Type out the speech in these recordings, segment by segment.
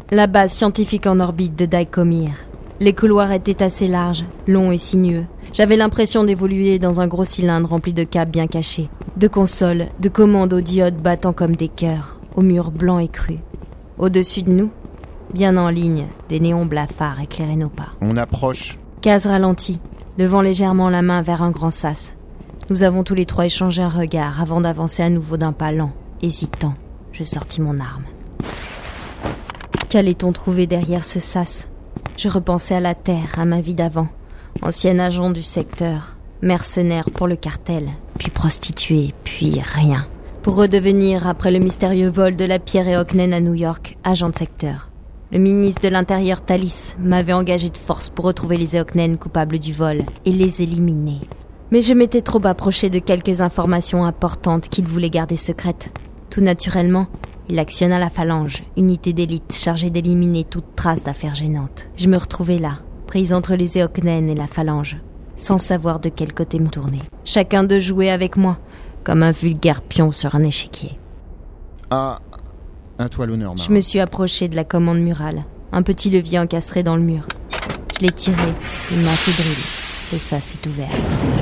La base scientifique en orbite de Daïkomir. Les couloirs étaient assez larges, longs et sinueux. J'avais l'impression d'évoluer dans un gros cylindre rempli de câbles bien cachés, de consoles, de commandes aux diodes battant comme des cœurs, aux murs blancs et crus. Au-dessus de nous, bien en ligne, des néons blafards éclairaient nos pas. On approche. Kaz ralentit, levant légèrement la main vers un grand sas. Nous avons tous les trois échangé un regard avant d'avancer à nouveau d'un pas lent, hésitant. Je sortis mon arme. Qu'allait-on trouver derrière ce sas ? Je repensais à la Terre, à ma vie d'avant. Ancien agent du secteur, mercenaire pour le cartel, puis prostituée, puis rien. Pour redevenir, après le mystérieux vol de la pierre Eoknen à New York, agent de secteur. Le ministre de l'Intérieur Thalys m'avait engagé de force pour retrouver les Eoknen coupables du vol et les éliminer. Mais je m'étais trop approché de quelques informations importantes qu'il voulait garder secrètes. Tout naturellement, il actionna la Phalange, unité d'élite chargée d'éliminer toute trace d'affaires gênantes. Je me retrouvais là, prise entre les Eoknen et la Phalange, sans savoir de quel côté me tourner. Chacun d'eux jouait avec moi, comme un vulgaire pion sur un échiquier. Ah, à toi l'honneur, Mara. Je me suis approché de la commande murale, un petit levier encastré dans le mur. Je l'ai tiré, il m'a fait brûler. Le sas s'est ouvert.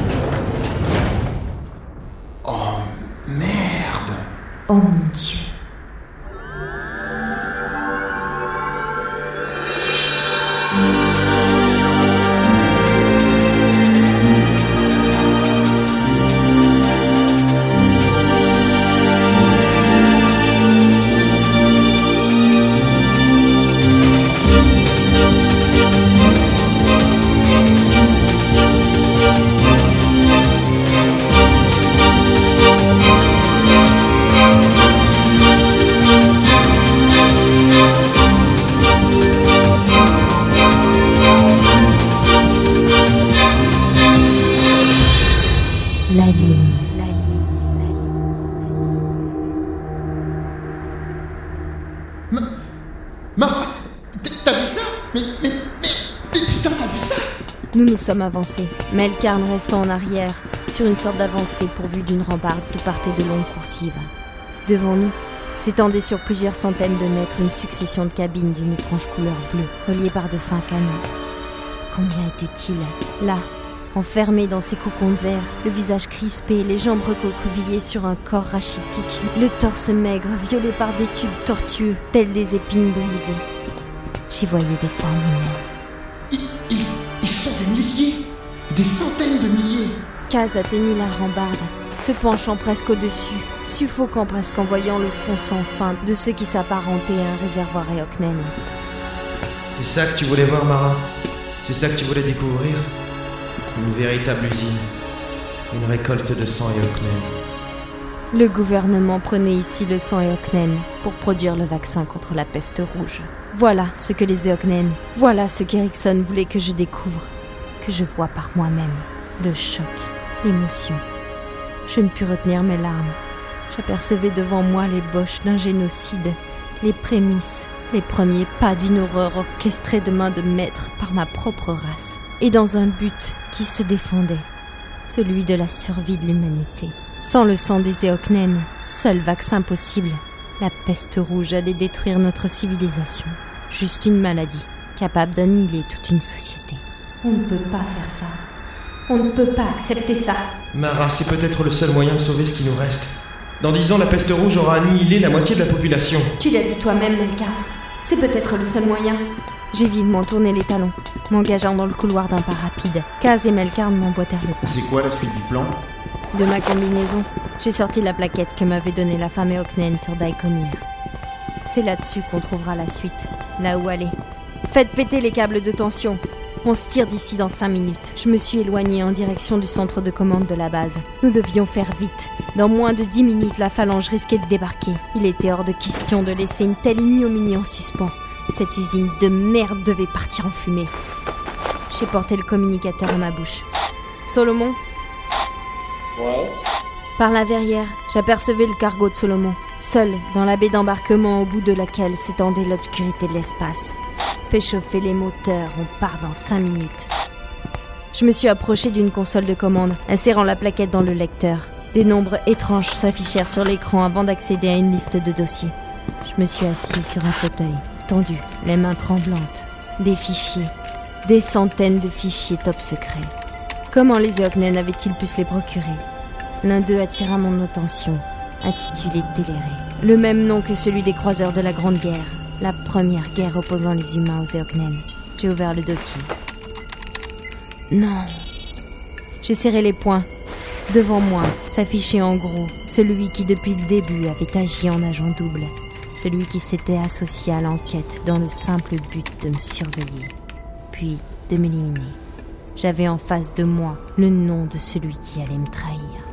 Oh, merde. Oh mon Dieu. Mara, t'as vu ça? Mais putain, t'as vu ça? Nous nous sommes avancés, Melkarn restant en arrière, sur une sorte d'avancée pourvue d'une rambarde d'où partaient de longues coursives. Devant nous, s'étendait sur plusieurs centaines de mètres une succession de cabines d'une étrange couleur bleue, reliées par de fins canons. Combien étaient-ils, là, enfermés dans ces cocons de verre, le visage crispé, les jambes recroquevillées sur un corps rachitique, le torse maigre, violé par des tubes tortueux, tels des épines brisées. J'y voyais des formes humaines. Ils sont des milliers, des centaines de milliers. Kaz atteignit la rambarde, se penchant presque au-dessus, suffocant presque en voyant le fond sans fin de ce qui s'apparentait à un réservoir Eoknen. C'est ça que tu voulais voir, Mara? C'est ça que tu voulais découvrir? Une véritable usine. Une récolte de sang Eoknen. Le gouvernement prenait ici le sang Eoknen pour produire le vaccin contre la peste rouge. Voilà ce que les Eoknen, voilà ce qu'Erickson voulait que je découvre, que je vois par moi-même. Le choc, l'émotion. Je ne pus retenir mes larmes. J'apercevais devant moi les boches d'un génocide, les prémices, les premiers pas d'une horreur orchestrée de main de maître par ma propre race. Et dans un but qui se défendait, celui de la survie de l'humanité. Sans le sang des Eoknen, seul vaccin possible, la peste rouge allait détruire notre civilisation. Juste une maladie, capable d'annihiler toute une société. On ne peut pas faire ça. On ne peut pas accepter ça. Mara, c'est peut-être le seul moyen de sauver ce qui nous reste. Dans 10 ans, la peste rouge aura annihilé la moitié de la population. Tu l'as dit toi-même, Melkarn. C'est peut-être le seul moyen. J'ai vivement tourné les talons, m'engageant dans le couloir d'un pas rapide. Kaz et Melkarn m'emboîtèrent le pas. C'est quoi la suite du plan? De ma combinaison, j'ai sorti la plaquette que m'avait donnée la femme Eoknen sur Daïkomir. C'est là-dessus qu'on trouvera la suite, là où aller. Faites péter les câbles de tension. On se tire d'ici dans 5 minutes. Je me suis éloignée en direction du centre de commande de la base. Nous devions faire vite. Dans moins de 10 minutes, la Phalange risquait de débarquer. Il était hors de question de laisser une telle ignominie en suspens. Cette usine de merde devait partir en fumée. J'ai porté le communicateur à ma bouche. Solomon ? Ouais. Par la verrière, j'apercevais le cargo de Solomon, seul dans la baie d'embarquement au bout de laquelle s'étendait l'obscurité de l'espace. Fais chauffer les moteurs, on part dans 5 minutes. Je me suis approchée d'une console de commande, insérant la plaquette dans le lecteur. Des nombres étranges s'affichèrent sur l'écran avant d'accéder à une liste de dossiers. Je me suis assise sur un fauteuil. tendus, les mains tremblantes. Des fichiers. Des centaines de fichiers top secrets. Comment les Eoknen avaient-ils pu se les procurer? L'un d'eux attira mon attention, intitulé Téléré. Le même nom que celui des croiseurs de la Grande Guerre. La première guerre opposant les humains aux Eoknen. J'ai ouvert le dossier. Non. J'ai serré les poings. Devant moi, s'affichait en gros celui qui depuis le début avait agi en agent double. Celui qui s'était associé à l'enquête dans le simple but de me surveiller, puis de m'éliminer. J'avais en face de moi le nom de celui qui allait me trahir.